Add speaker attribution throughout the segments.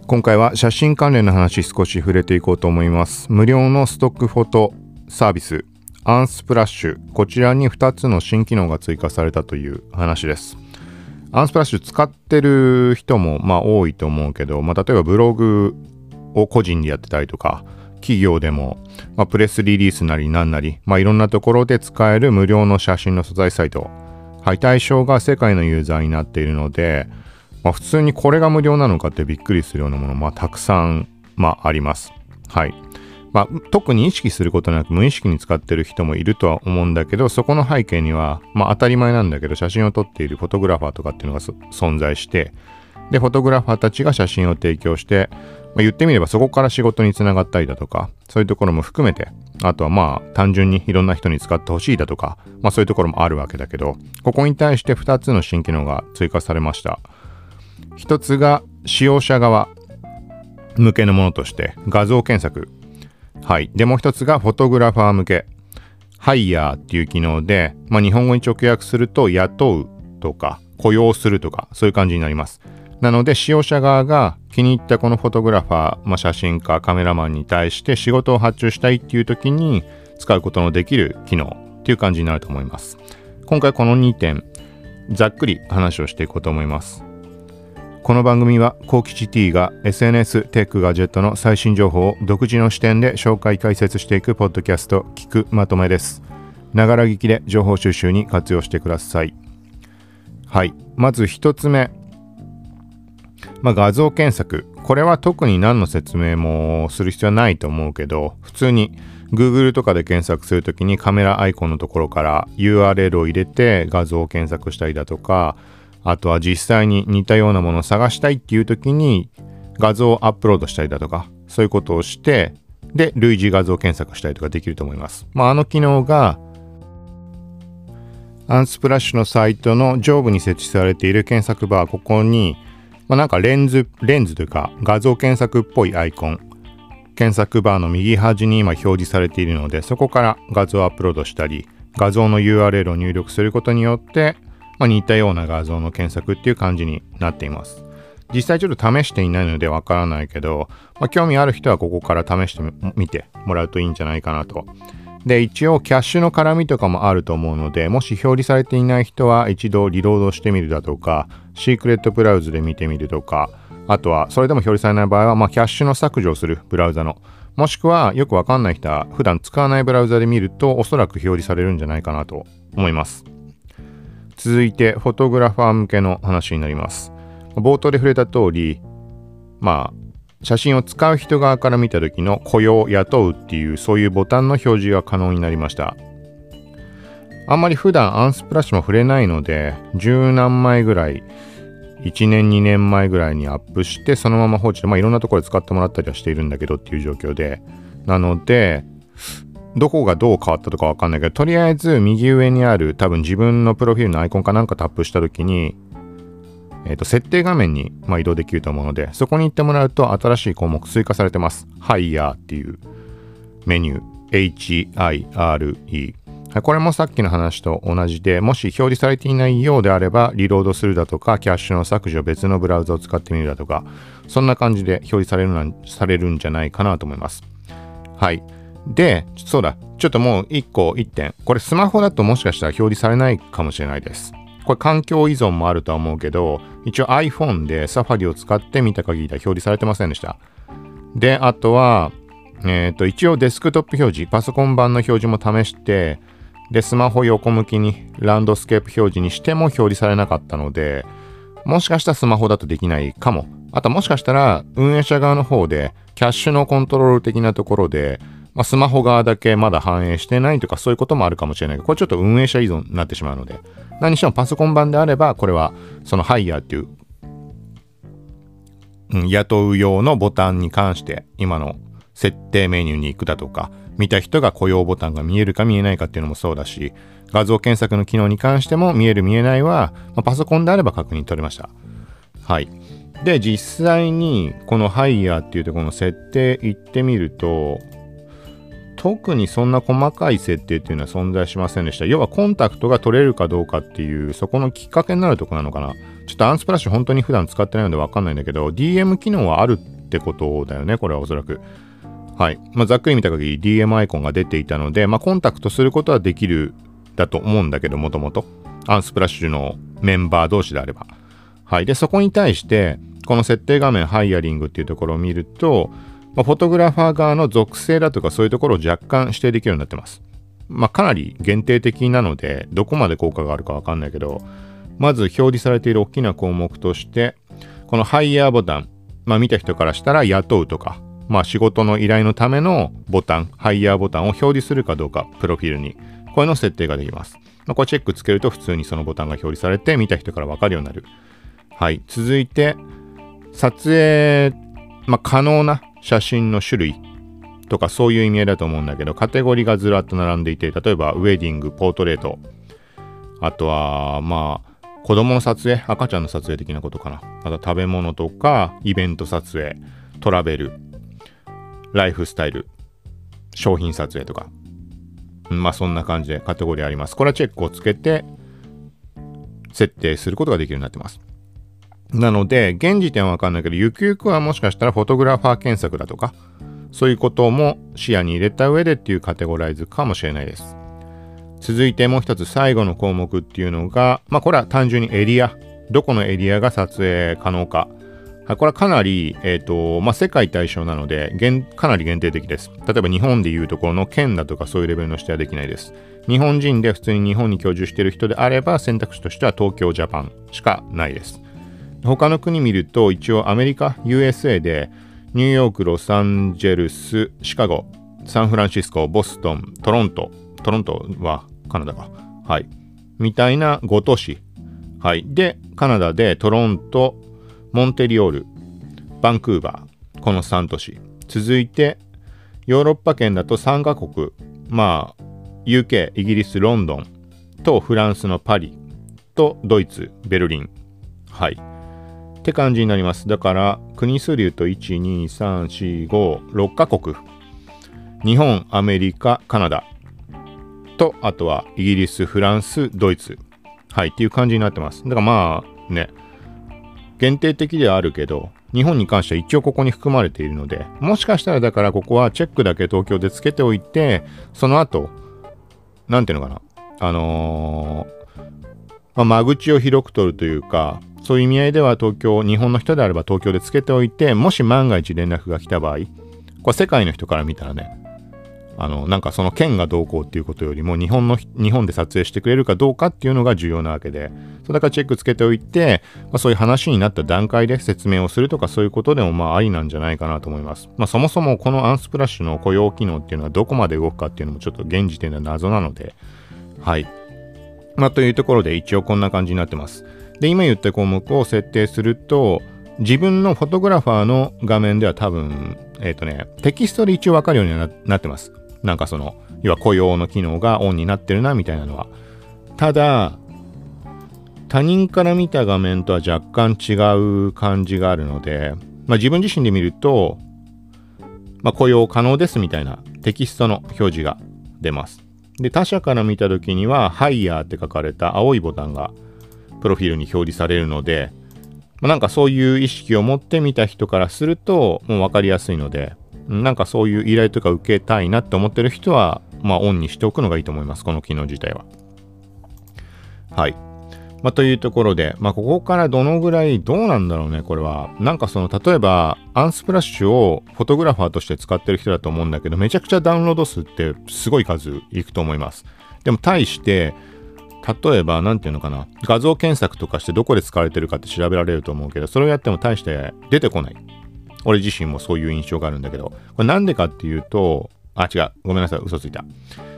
Speaker 1: 今回は写真関連の話少し触れていこうと思います。無料のストックフォトサービスアンスプラッシュ、こちらに2つの新機能が追加されたという話です。アンスプラッシュ使ってる人も多いと思うけど、例えばブログを個人でやってたりとか、企業でも、プレスリリースなりなんなり、いろんなところで使える無料の写真の素材サイト、対象が世界のユーザーになっているので、普通にこれが無料なのかってびっくりするようなもの、たくさん、あります。はい。特に意識することなく無意識に使ってる人もいるとは思うんだけど、そこの背景には、当たり前なんだけど、写真を撮っているフォトグラファーとかっていうのが存在して、で、フォトグラファーたちが写真を提供して、言ってみればそこから仕事につながったりだとか、そういうところも含めて、あとは単純にいろんな人に使ってほしいだとか、そういうところもあるわけだけど、ここに対して2つの新機能が追加されました。一つが使用者側向けのものとして画像検索。はい。で、もう一つがフォトグラファー向け。ハイヤーっていう機能で、日本語に直訳すると雇うとか雇用するとかそういう感じになります。なので使用者側が気に入ったこのフォトグラファー、写真家、カメラマンに対して仕事を発注したいっていう時に使うことのできる機能っていう感じになると思います。今回この2点、ざっくり話をしていこうと思います。この番組は幸吉 T が SNS テックガジェットの最新情報を独自の視点で紹介解説していくポッドキャスト聞くまとめです。ながら聞きで情報収集に活用してください。はい。まず一つ目。画像検索。これは特に何の説明もする必要はないと思うけど、普通に Google とかで検索するときにカメラアイコンのところから URL を入れて画像を検索したりだとか、あとは実際に似たようなものを探したいっていう時に画像をアップロードしたりだとか、そういうことをして、で、類似画像検索したりとかできると思います。あの機能が、アンスプラッシュのサイトの上部に設置されている検索バー、ここに、レンズというか画像検索っぽいアイコン、検索バーの右端に今表示されているので、そこから画像をアップロードしたり、画像の URL を入力することによって、似たような画像の検索っていう感じになっています。実際ちょっと試していないのでわからないけど、興味ある人はここから試してみてもらうといいんじゃないかなと。で、一応キャッシュの絡みとかもあると思うので、もし表示されていない人は一度リロードしてみるだとか、シークレットブラウズで見てみるとか、あとはそれでも表示されない場合は、キャッシュの削除をするブラウザの、もしくはよくわかんない人は普段使わないブラウザで見るとおそらく表示されるんじゃないかなと思います。続いてフォトグラファー向けの話になります。冒頭で触れた通り、写真を使う人側から見た時の雇用、雇うっていうそういうボタンの表示が可能になりました。あんまり普段アンスプラッシュも触れないので、十何枚ぐらい、1年2年前ぐらいにアップして、そのまま放置で、いろんなところで使ってもらったりはしているんだけどっていう状況で、なので、どこがどう変わったとかわかんないけど、とりあえず右上にある多分自分のプロフィールのアイコンかなんかタップした時に、設定画面に移動できると思うので、そこに行ってもらうと新しい項目追加されてます。Hire っていうメニュー。HIRE。これもさっきの話と同じで、もし表示されていないようであれば、リロードするだとか、キャッシュの削除、別のブラウザを使ってみるだとか、そんな感じで表示されるんじゃないかなと思います。はい。で、そうだ。ちょっともう1点。これスマホだともしかしたら表示されないかもしれないです。これ環境依存もあるとは思うけど、一応 iPhone で Safari を使って見た限りでは表示されてませんでした。で、あとは、一応デスクトップ表示、パソコン版の表示も試して、で、スマホ横向きにランドスケープ表示にしても表示されなかったので、もしかしたらスマホだとできないかも。あともしかしたら運営者側の方でキャッシュのコントロール的なところで、スマホ側だけまだ反映してないとかそういうこともあるかもしれないけど、これちょっと運営者依存になってしまうので、何してもパソコン版であれば、これはそのハイヤーっていう、雇う用のボタンに関して今の設定メニューに行くだとか、見た人が雇用ボタンが見えるか見えないかっていうのもそうだし、画像検索の機能に関しても見える見えないは、パソコンであれば確認取れました。はい。で、実際にこのハイヤーっていうところの設定行ってみると、特にそんな細かい設定っていうのは存在しませんでした。要はコンタクトが取れるかどうかっていう、そこのきっかけになるところなのかな。ちょっとアンスプラッシュ本当に普段使ってないのでわかんないんだけど、DM 機能はあるってことだよね、これはおそらく。はい。ざっくり見た限り DM アイコンが出ていたので、コンタクトすることはできるだと思うんだけど、もともと。アンスプラッシュのメンバー同士であれば。はい。で、そこに対して、この設定画面、ハイアリングっていうところを見ると、フォトグラファー側の属性だとかそういうところを若干指定できるようになってます。かなり限定的なので、どこまで効果があるかわかんないけど、まず表示されている大きな項目として、このハイヤーボタン、見た人からしたら雇うとか、仕事の依頼のためのボタン、ハイヤーボタンを表示するかどうか、プロフィールに。これの設定ができます。これチェックつけると普通にそのボタンが表示されて、見た人からわかるようになる。はい。続いて、撮影、可能な写真の種類とかそういう意味合いだと思うんだけど、カテゴリーがずらっと並んでいて、例えばウェディング、ポートレート、あとは、子供の撮影、赤ちゃんの撮影的なことかな。あと食べ物とか、イベント撮影、トラベル、ライフスタイル、商品撮影とか。そんな感じでカテゴリーあります。これはチェックをつけて、設定することができるようになってます。なので、現時点はわかんないけど、ゆくゆくはもしかしたらフォトグラファー検索だとか、そういうことも視野に入れた上でっていうカテゴライズかもしれないです。続いてもう一つ最後の項目っていうのが、これは単純にエリア。どこのエリアが撮影可能か。これはかなり、世界対象なので、かなり限定的です。例えば日本でいうところの県だとかそういうレベルの指定はできないです。日本人で普通に日本に居住している人であれば選択肢としては東京、ジャパンしかないです。他の国見ると一応アメリカ、USA でニューヨーク、ロサンゼルス、シカゴ、サンフランシスコ、ボストン、トロントはカナダか。はい。みたいな5都市。はい。で、カナダでトロント、モンテリオール、バンクーバー、この3都市。続いて、ヨーロッパ圏だと3カ国、UK、イギリス、ロンドンとフランスのパリとドイツ、ベルリン。はい。って感じになります。だから、国数で言うと、1、2、3、4、5、6カ国。日本、アメリカ、カナダ。と、あとは、イギリス、フランス、ドイツ。はい、っていう感じになってます。だから限定的ではあるけど、日本に関しては一応ここに含まれているので、もしかしたらだからここはチェックだけ東京でつけておいて、その後、なんていうのかな、間口を広く取るというか、そういう意味合いでは日本の人であれば東京でつけておいて、もし万が一連絡が来た場合、これ世界の人から見たらね、その県がどうこうっていうことよりも日本で撮影してくれるかどうかっていうのが重要なわけで、だからチェックつけておいて、そういう話になった段階で説明をするとかそういうことでもありなんじゃないかなと思います。そもそもこのアンスプラッシュの雇用機能っていうのはどこまで動くかっていうのもちょっと現時点では謎なので、はい。というところで一応こんな感じになってます。で、今言った項目を設定すると、自分のフォトグラファーの画面では多分、テキストで一応わかるようになってます。要は雇用の機能がオンになってるなみたいなのは。ただ、他人から見た画面とは若干違う感じがあるので、自分自身で見ると、雇用可能ですみたいなテキストの表示が出ます。で、他者から見たときには、ハイヤーって書かれた青いボタンがプロフィールに表示されるので、そういう意識を持って見た人からすると、もう分かりやすいので、そういう依頼とか受けたいなって思ってる人は、オンにしておくのがいいと思います。この機能自体は。はい。というところで、ここからどのぐらい、どうなんだろうね、これは。例えば、アンスプラッシュをフォトグラファーとして使ってる人だと思うんだけど、めちゃくちゃダウンロード数ってすごい数いくと思います。でも、対して、例えば、画像検索とかしてどこで使われてるかって調べられると思うけど、それをやっても大して出てこない。俺自身もそういう印象があるんだけど、これなんでかっていうと、違う。ごめんなさい。嘘ついた。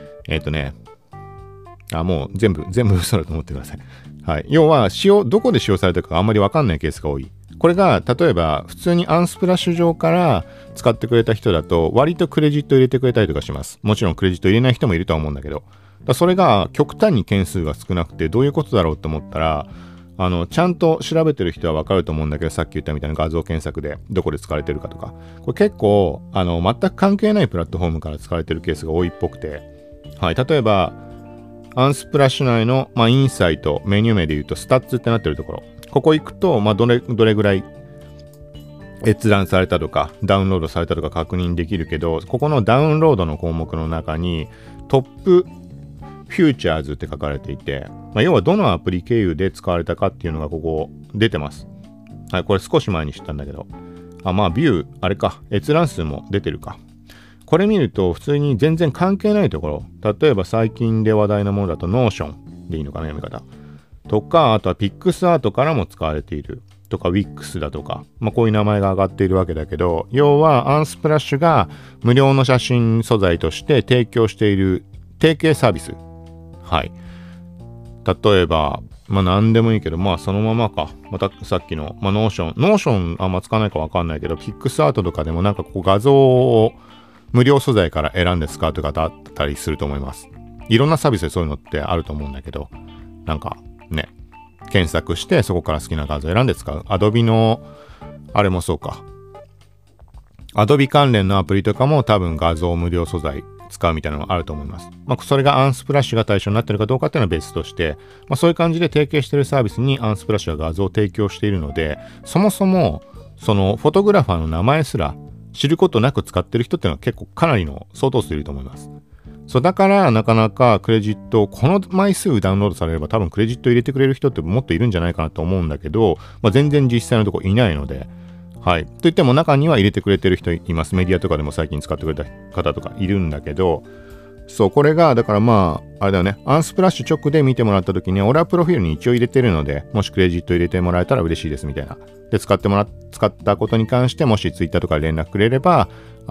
Speaker 1: もう全部嘘だと思ってください。はい。要は、どこで使用されてるかあんまりわかんないケースが多い。これが、例えば、普通にアンスプラッシュ上から使ってくれた人だと、割とクレジット入れてくれたりとかします。もちろんクレジット入れない人もいるとは思うんだけど、それが極端に件数が少なくて、どういうことだろうと思ったら、ちゃんと調べてる人はわかると思うんだけど、さっき言ったみたいな画像検索でどこで使われてるかとか、これ結構、全く関係ないプラットフォームから使われてるケースが多いっぽくて、はい。例えば、アンスプラッシュ内の、インサイト、メニュー名で言うと、スタッツってなってるところ。ここ行くと、どれぐらい、 閲覧されたとかダウンロードされたとか確認できるけど、ここのダウンロードの項目の中にトップフューチャーズって書かれていて、要はどのアプリ経由で使われたかっていうのがここ出てます。はい、これ少し前に知ったんだけど、ビューあれか、閲覧数も出てるか。これ見ると普通に全然関係ないところ、例えば最近で話題なものだと Notion でいいのかな、読み方とか、あとは Pixart からも使われているとか Wix だとか、こういう名前が挙がっているわけだけど、要はアンスプラッシュが無料の写真素材として提供している提携サービス。はい。例えば、何でもいいけど、そのままか。またさっきの、Notion あんま使わないかわかんないけど、Pixart とかでもなんかこう画像を無料素材から選んで使うとかだったりすると思います。いろんなサービスでそういうのってあると思うんだけど、なんかね、検索してそこから好きな画像選んで使う。Adobe の、あれもそうか。Adobe 関連のアプリとかも多分画像無料素材使うみたいなのがあると思います。それがアンスプラッシュが対象になっているかどうかっていうのは別として、そういう感じで提携しているサービスにアンスプラッシュが画像を提供しているので、そもそもそのフォトグラファーの名前すら知ることなく使ってる人っていうのは結構かなりの相当数いると思います。そうだからなかなかクレジット、この枚数ダウンロードされれば多分クレジット入れてくれる人ってもっといるんじゃないかなと思うんだけど、全然実際のところいないので、はい。といっても中には入れてくれてる人います。メディアとかでも最近使ってくれた方とかいるんだけど、そう、これが、だからあれだよね。アンスプラッシュ直で見てもらった時に、俺はプロフィールに一応入れてるので、もしクレジット入れてもらえたら嬉しいですみたいな。で、使ったことに関して、もしツイッターとか連絡くれれば、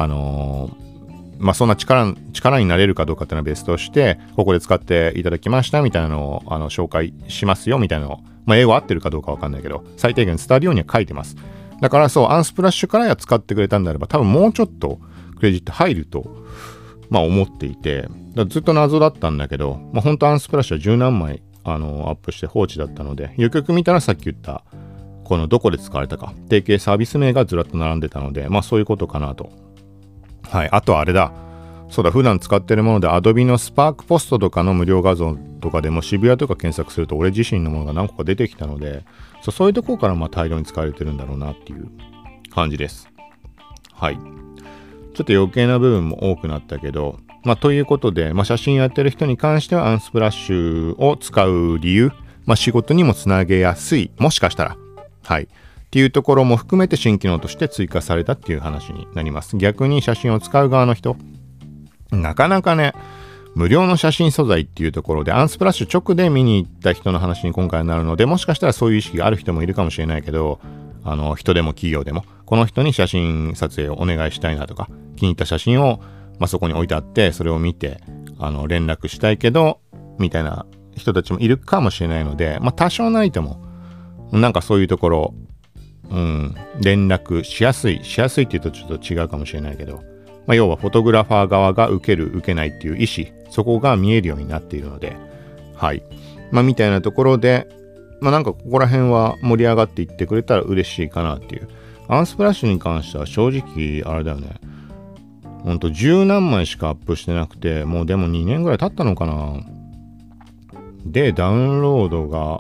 Speaker 1: そんな力になれるかどうかっていうのは別として、ここで使っていただきましたみたいなのを紹介しますよみたいなのを、英語合ってるかどうかわかんないけど、最低限伝わるようには書いてます。だからそう、アンスプラッシュから使ってくれたんであれば、多分もうちょっとクレジット入ると、思っていて、ずっと謎だったんだけど、本当アンスプラッシュは十何枚アップして放置だったので、よくよく見たらさっき言った、このどこで使われたか、提携サービス名がずらっと並んでたので、そういうことかなと。はい。あとはあれだ。そうだ、普段使ってるもので Adobe の Spark ポストとかの無料画像とかでも渋谷とか検索すると俺自身のものが何個か出てきたので、そういうところから大量に使われてるんだろうなっていう感じです。はい。ちょっと余計な部分も多くなったけど、ということで、写真やってる人に関してはアンスプラッシュを使う理由、仕事にもつなげやすい、もしかしたら、はい。っていうところも含めて新機能として追加されたっていう話になります。逆に写真を使う側の人、なかなかね、無料の写真素材っていうところでアンスプラッシュ直で見に行った人の話に今回なるので、もしかしたらそういう意識がある人もいるかもしれないけど、人でも企業でもこの人に写真撮影をお願いしたいなとか、気に入った写真を、そこに置いてあってそれを見て連絡したいけどみたいな人たちもいるかもしれないので、多少ないともなんかそういうところ、連絡しやすいっていうとちょっと違うかもしれないけど、要はフォトグラファー側が受ける受けないっていう意思、そこが見えるようになっているので、はい。みたいなところで、なんかここら辺は盛り上がっていってくれたら嬉しいかなっていう。アンスプラッシュに関しては正直、あれだよね。ほんと十何枚しかアップしてなくて、もうでも2年ぐらい経ったのかな。で、ダウンロードが、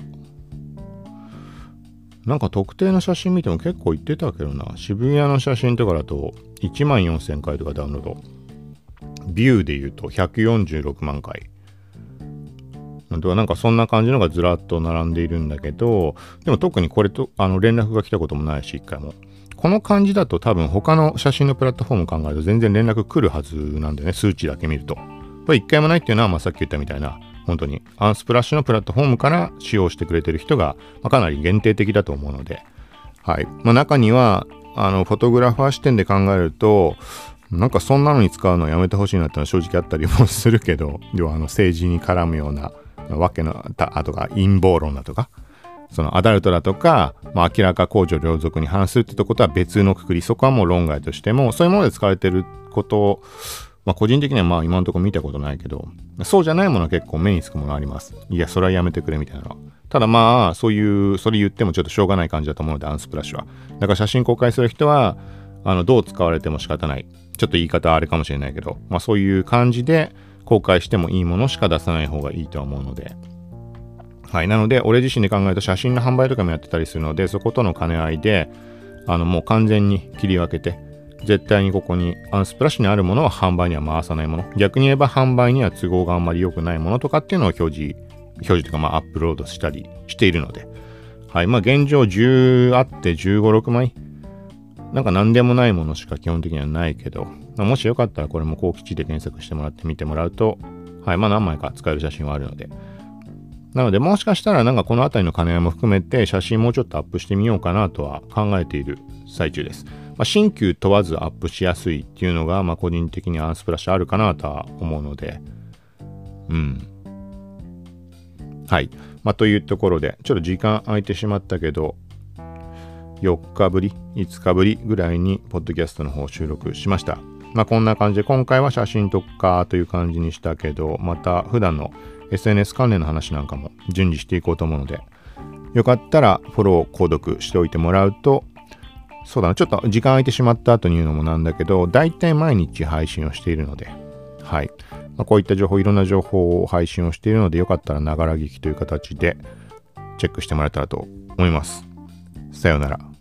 Speaker 1: なんか特定の写真見ても結構言ってたけどな。渋谷の写真とかだと14,000回とかダウンロード。ビューで言うと146万回。なんかそんな感じのがずらっと並んでいるんだけど、でも特にこれと連絡が来たこともないし、一回も。この感じだと多分他の写真のプラットフォーム考えると全然連絡来るはずなんだよね、数値だけ見ると。これ一回もないっていうのは、さっき言ったみたいな、本当にアンスプラッシュのプラットフォームから使用してくれてる人が、かなり限定的だと思うので、はい。中には、フォトグラファー視点で考えると、なんかそんなのに使うのやめてほしいなってのは正直あったりもするけど、要は政治に絡むようなわけのあとか陰謀論だとか、そのアダルトだとか、明らか公序良俗に反するってとことは別のくくり、そこはもう論外としても、そういうもので使われてることを、個人的には今のところ見たことないけど、そうじゃないものは結構目につくものあります。いや、それはやめてくれみたいな。ただそれ言ってもちょっとしょうがない感じだと思うので、アンスプラッシュは。だから写真公開する人は、どう使われても仕方ない。ちょっと言い方はあれかもしれないけど、そういう感じで公開してもいいものしか出さない方がいいとは思うので。はい。なので、俺自身で考えると写真の販売とかもやってたりするので、そことの兼ね合いで、 もう完全に切り分けて、絶対にここにアンスプラッシュにあるものは販売には回さないもの、逆に言えば販売には都合があんまり良くないものとかっていうのを表示というかアップロードしたりしているので、はい、現状10あって15、6枚なんか何でもないものしか基本的にはないけど、もしよかったらこれも幸吉で検索してもらって見てもらうと、はい、何枚か使える写真はあるので。なので、もしかしたらなんかこのあたりの兼ね合いも含めて写真もうちょっとアップしてみようかなとは考えている最中です。新旧問わずアップしやすいっていうのが、個人的にアンスプラッシュあるかなとは思うので、はい。というところで、ちょっと時間空いてしまったけど、4日ぶり、5日ぶりぐらいに、ポッドキャストの方を収録しました。こんな感じで、今回は写真特化という感じにしたけど、また普段の SNS 関連の話なんかも順次していこうと思うので、よかったらフォロー、購読しておいてもらうと、そうだな、ちょっと時間空いてしまった後に言うのもなんだけど、だいたい毎日配信をしているので、はい。こういった情報、いろんな情報を配信をしているので、よかったらながら聞きという形でチェックしてもらえたらと思います。さようなら。